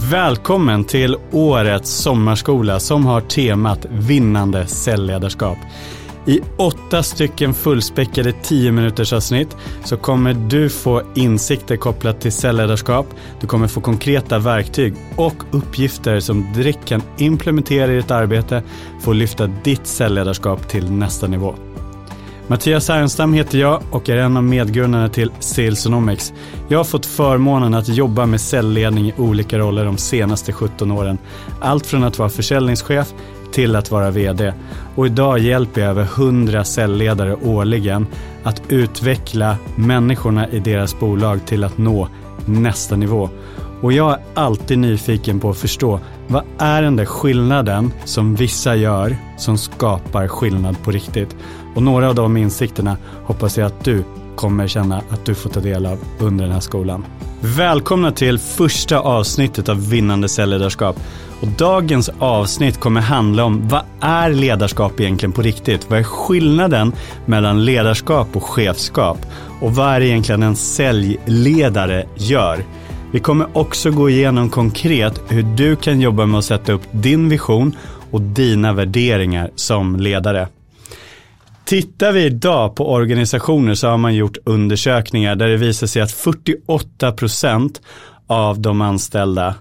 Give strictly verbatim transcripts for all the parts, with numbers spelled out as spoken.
Välkommen till årets sommarskola som har temat vinnande säljledarskap. I åtta stycken fullspäckade tio minuters avsnitt så kommer du få insikter kopplat till säljledarskap. Du kommer få konkreta verktyg och uppgifter som direkt kan implementera i ditt arbete för att lyfta ditt säljledarskap till nästa nivå. Mattias Härenstam heter jag och är en av medgrundarna till Salesonomics. Jag har fått förmånen att jobba med säljledning i olika roller de senaste sjutton åren. Allt från att vara försäljningschef till att vara vd. Och idag hjälper jag över hundra säljledare årligen att utveckla människorna i deras bolag till att nå nästa nivå. Och jag är alltid nyfiken på att förstå vad är den där skillnaden som vissa gör som skapar skillnad på riktigt. Och några av de insikterna hoppas jag att du kommer känna att du får ta del av under den här skolan. Välkomna till första avsnittet av Vinnande säljledarskap. Och dagens avsnitt kommer handla om vad är ledarskap egentligen på riktigt? Vad är skillnaden mellan ledarskap och chefskap? Och vad är egentligen en säljledare gör? Vi kommer också gå igenom konkret hur du kan jobba med att sätta upp din vision och dina värderingar som ledare. Tittar vi idag på organisationer så har man gjort undersökningar där det visar sig att fyrtioåtta procent av de anställda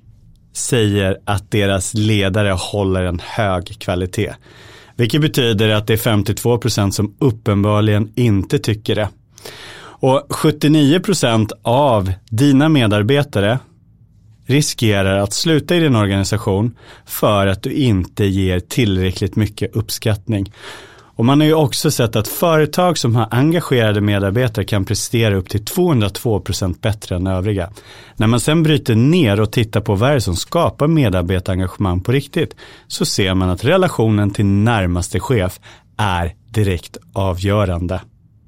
säger att deras ledare håller en hög kvalitet. Vilket betyder att det är femtiotvå procent som uppenbarligen inte tycker det. Och sjuttionio procent av dina medarbetare riskerar att sluta i din organisation för att du inte ger tillräckligt mycket uppskattning. Och man har ju också sett att företag som har engagerade medarbetare kan prestera upp till tvåhundratvå procent bättre än övriga. När man sen bryter ner och tittar på vad det är som skapar medarbetarengagemang på riktigt så ser man att relationen till närmaste chef är direkt avgörande.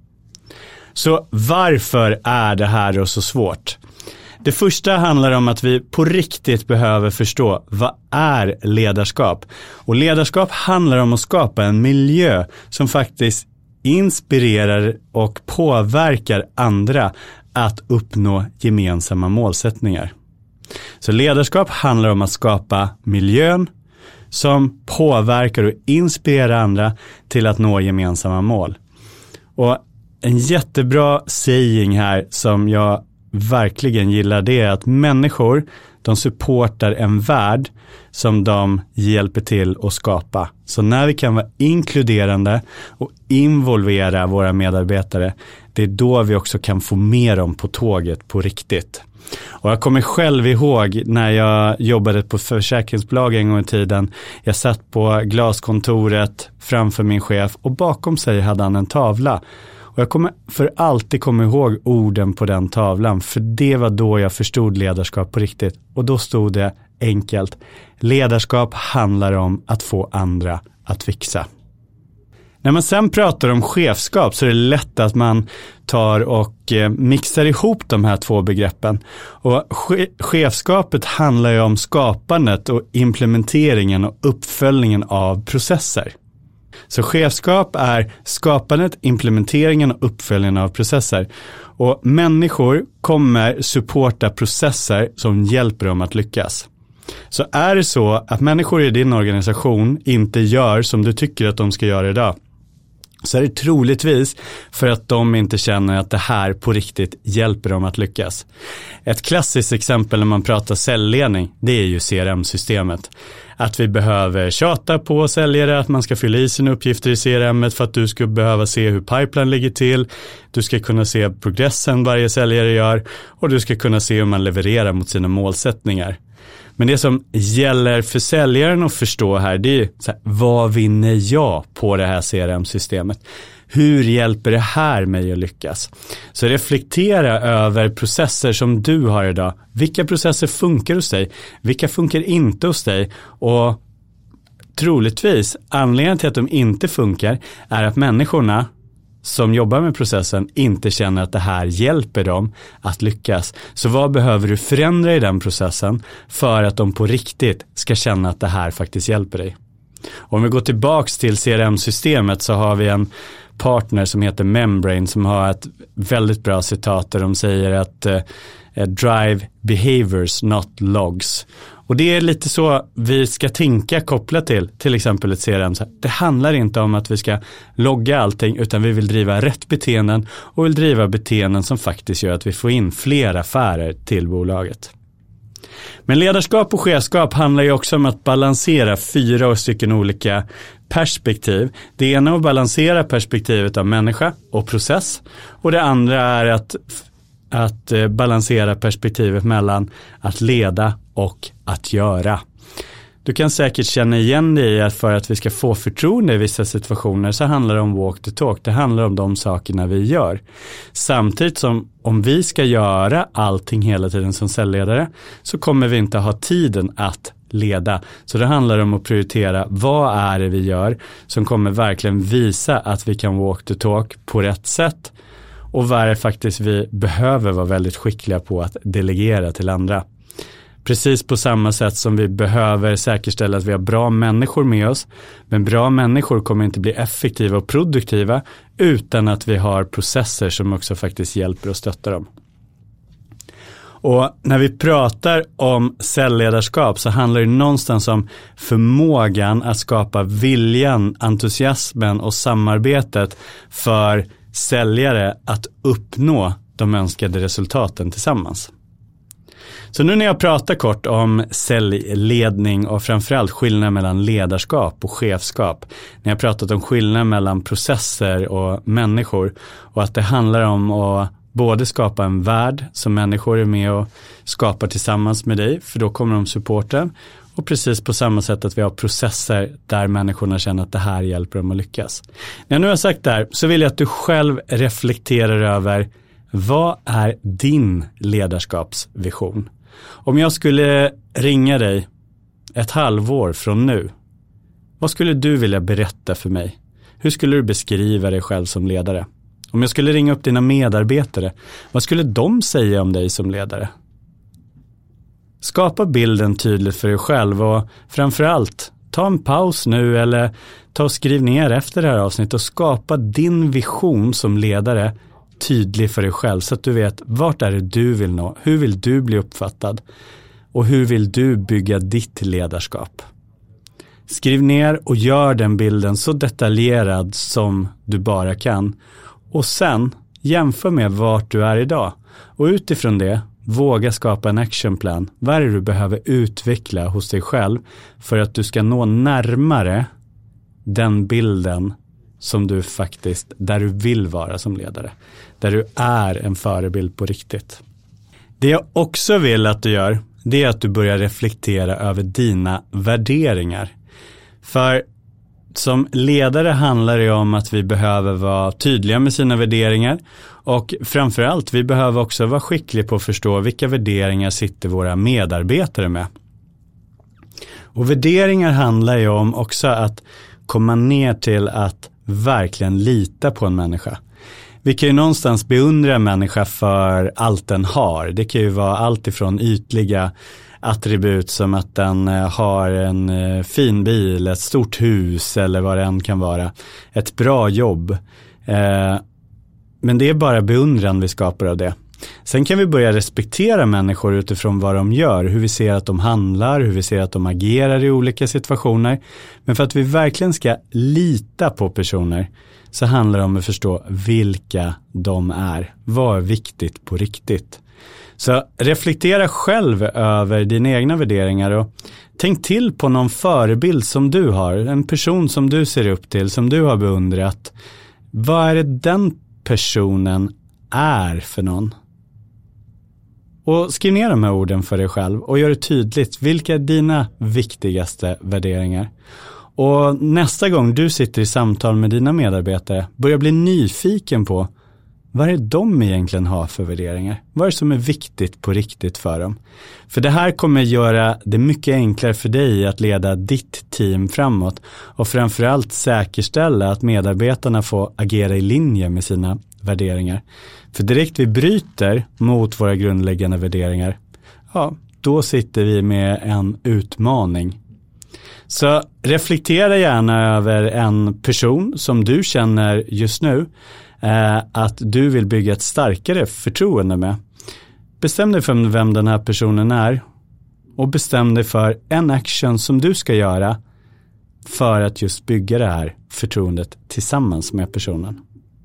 Så varför är det här då så svårt? Det första handlar om att vi på riktigt behöver förstå vad är ledarskap. Och ledarskap handlar om att skapa en miljö som faktiskt inspirerar och påverkar andra att uppnå gemensamma målsättningar. Så ledarskap handlar om att skapa miljön som påverkar och inspirerar andra till att nå gemensamma mål. Och en jättebra saying här som jag verkligen gillar det är att människor, de supportar en värld som de hjälper till att skapa. Så när vi kan vara inkluderande och involvera våra medarbetare, det är då vi också kan få med dem på tåget på riktigt. Och jag kommer själv ihåg när jag jobbade på försäkringsbolag en gång i tiden. Jag satt på glaskontoret framför min chef och bakom sig hade han en tavla. Och jag kommer för alltid komma ihåg orden på den tavlan, för det var då jag förstod ledarskap på riktigt. Och då stod det enkelt: ledarskap handlar om att få andra att växa. När man sen pratar om chefskap så är det lätt att man tar och mixar ihop de här två begreppen. Och chefskapet handlar ju om skapandet och implementeringen och uppföljningen av processer. Så chefskap är skapandet, implementeringen och uppföljningen av processer. Och människor kommer supporta processer som hjälper dem att lyckas. Så är det så att människor i din organisation inte gör som du tycker att de ska göra idag, så är det troligtvis för att de inte känner att det här på riktigt hjälper dem att lyckas. Ett klassiskt exempel när man pratar säljledning, det är ju C R M-systemet. Att vi behöver tjata på säljare att man ska fylla i sina uppgifter i C R M för att du ska behöva se hur pipeline ligger till. Du ska kunna se progressen varje säljare gör och du ska kunna se hur man levererar mot sina målsättningar. Men det som gäller för säljaren att förstå här, det är så här, vad vinner jag på det här C R M-systemet? Hur hjälper det här mig att lyckas? Så reflektera över processer som du har idag. Vilka processer funkar hos dig? Vilka funkar inte hos dig? Och troligtvis, anledningen till att de inte funkar är att människorna som jobbar med processen inte känner att det här hjälper dem att lyckas. Så vad behöver du förändra i den processen för att de på riktigt ska känna att det här faktiskt hjälper dig? Om vi går tillbaks till C R M-systemet så har vi en partner som heter Membrane som har ett väldigt bra citat där de säger att eh, eh, drive behaviors, not logs. Och det är lite så vi ska tänka kopplat till till exempel ett C R M. Så det handlar inte om att vi ska logga allting, utan vi vill driva rätt beteenden och vill driva beteenden som faktiskt gör att vi får in fler affärer till bolaget. Men ledarskap och chefskap handlar ju också om att balansera fyra stycken olika perspektiv. Det ena är att balansera perspektivet av människa och process, och det andra är att, att balansera perspektivet mellan att leda och att göra. Du kan säkert känna igen dig i att för att vi ska få förtroende i vissa situationer så handlar det om walk the talk. Det handlar om de sakerna vi gör. Samtidigt som om vi ska göra allting hela tiden som säljledare så kommer vi inte ha tiden att leda. Så det handlar om att prioritera vad är det vi gör som kommer verkligen visa att vi kan walk the talk på rätt sätt, och vad är det faktiskt vi behöver vara väldigt skickliga på att delegera till andra. Precis på samma sätt som vi behöver säkerställa att vi har bra människor med oss. Men bra människor kommer inte bli effektiva och produktiva utan att vi har processer som också faktiskt hjälper och stöttar dem. Och när vi pratar om säljledarskap så handlar det någonstans om förmågan att skapa viljan, entusiasmen och samarbetet för säljare att uppnå de önskade resultaten tillsammans. Så nu när jag pratar kort om säljledning och framförallt skillnaden mellan ledarskap och chefskap. När jag pratat om skillnaden mellan processer och människor, och att det handlar om att både skapa en värld som människor är med och skapar tillsammans med dig, för då kommer de supporten. Och precis på samma sätt att vi har processer där människorna känner att det här hjälper dem att lyckas. När jag nu har sagt det här så vill jag att du själv reflekterar över: vad är din ledarskapsvision? Om jag skulle ringa dig ett halvår från nu, vad skulle du vilja berätta för mig? Hur skulle du beskriva dig själv som ledare? Om jag skulle ringa upp dina medarbetare, vad skulle de säga om dig som ledare? Skapa bilden tydligt för dig själv, och framförallt ta en paus nu eller ta och skriv ner efter det här avsnittet och skapa din vision som ledare tydlig för dig själv, så att du vet vart är det du vill nå, hur vill du bli uppfattad och hur vill du bygga ditt ledarskap. Skriv ner och gör den bilden så detaljerad som du bara kan, och sen jämför med vart du är idag, och utifrån det våga skapa en actionplan. Vad är det du behöver utveckla hos dig själv för att du ska nå närmare den bilden som du faktiskt, där du vill vara som ledare. Där du är en förebild på riktigt. Det jag också vill att du gör, det är att du börjar reflektera över dina värderingar. För som ledare handlar det om att vi behöver vara tydliga med sina värderingar, och framförallt vi behöver också vara skickliga på att förstå vilka värderingar sitter våra medarbetare med. Och värderingar handlar ju om också att komma ner till att verkligen lita på en människa. Vi kan ju någonstans beundra en människa för allt den har. Det kan ju vara allt ifrån ytliga attribut som att den har en fin bil, ett stort hus eller vad det än kan vara. Ett bra jobb. Men det är bara beundran vi skapar av det. Sen kan vi börja respektera människor utifrån vad de gör, hur vi ser att de handlar, hur vi ser att de agerar i olika situationer. Men för att vi verkligen ska lita på personer så handlar det om att förstå vilka de är. Vad är viktigt på riktigt? Så reflektera själv över dina egna värderingar och tänk till på någon förebild som du har. En person som du ser upp till, som du har beundrat. Vad är det den personen är för någon? Och skriv ner de här orden för dig själv och gör det tydligt. Vilka är dina viktigaste värderingar? Och nästa gång du sitter i samtal med dina medarbetare, börja bli nyfiken på vad är det de egentligen har för värderingar? Vad är det som är viktigt på riktigt för dem? För det här kommer göra det mycket enklare för dig att leda ditt team framåt och framförallt säkerställa att medarbetarna får agera i linje med sina värderingar. För direkt vi bryter mot våra grundläggande värderingar, ja, då sitter vi med en utmaning. Så reflektera gärna över en person som du känner just nu eh, att du vill bygga ett starkare förtroende med. Bestäm dig för vem den här personen är och bestäm dig för en action som du ska göra för att just bygga det här förtroendet tillsammans med personen.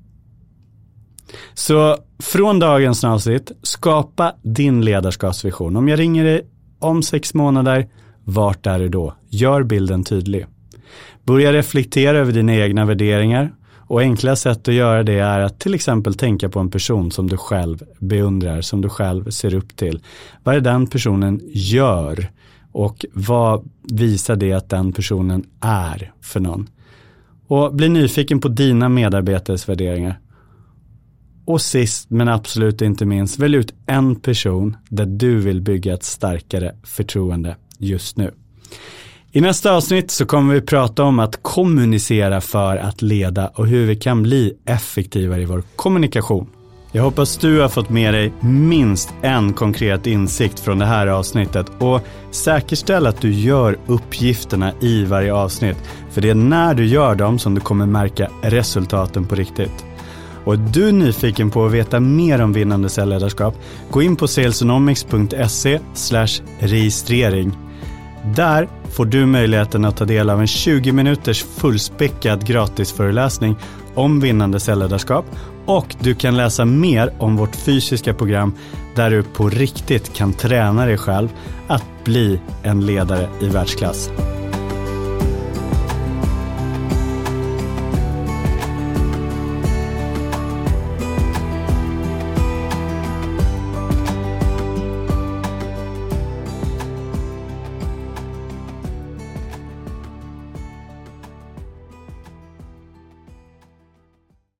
Så från dagens avsnitt, skapa din ledarskapsvision. Om jag ringer dig om sex månader, vart är du då? Gör bilden tydlig. Börja reflektera över dina egna värderingar. Och enkla sätt att göra det är att till exempel tänka på en person som du själv beundrar, som du själv ser upp till. Vad är den personen gör? Och vad visar det att den personen är för någon? Och bli nyfiken på dina medarbetares värderingar. Och sist men absolut inte minst, välj ut en person där du vill bygga ett starkare förtroende just nu. I nästa avsnitt så kommer vi prata om att kommunicera för att leda och hur vi kan bli effektivare i vår kommunikation. Jag hoppas du har fått med dig minst en konkret insikt från det här avsnittet och säkerställ att du gör uppgifterna i varje avsnitt. För det är när du gör dem som du kommer märka resultaten på riktigt. Och är du nyfiken på att veta mer om vinnande säljledarskap, gå in på salesonomics punkt se slash registrering. Där får du möjligheten att ta del av en tjugo minuters fullspäckad gratisföreläsning om vinnande säljledarskap och du kan läsa mer om vårt fysiska program där du på riktigt kan träna dig själv att bli en ledare i världsklass.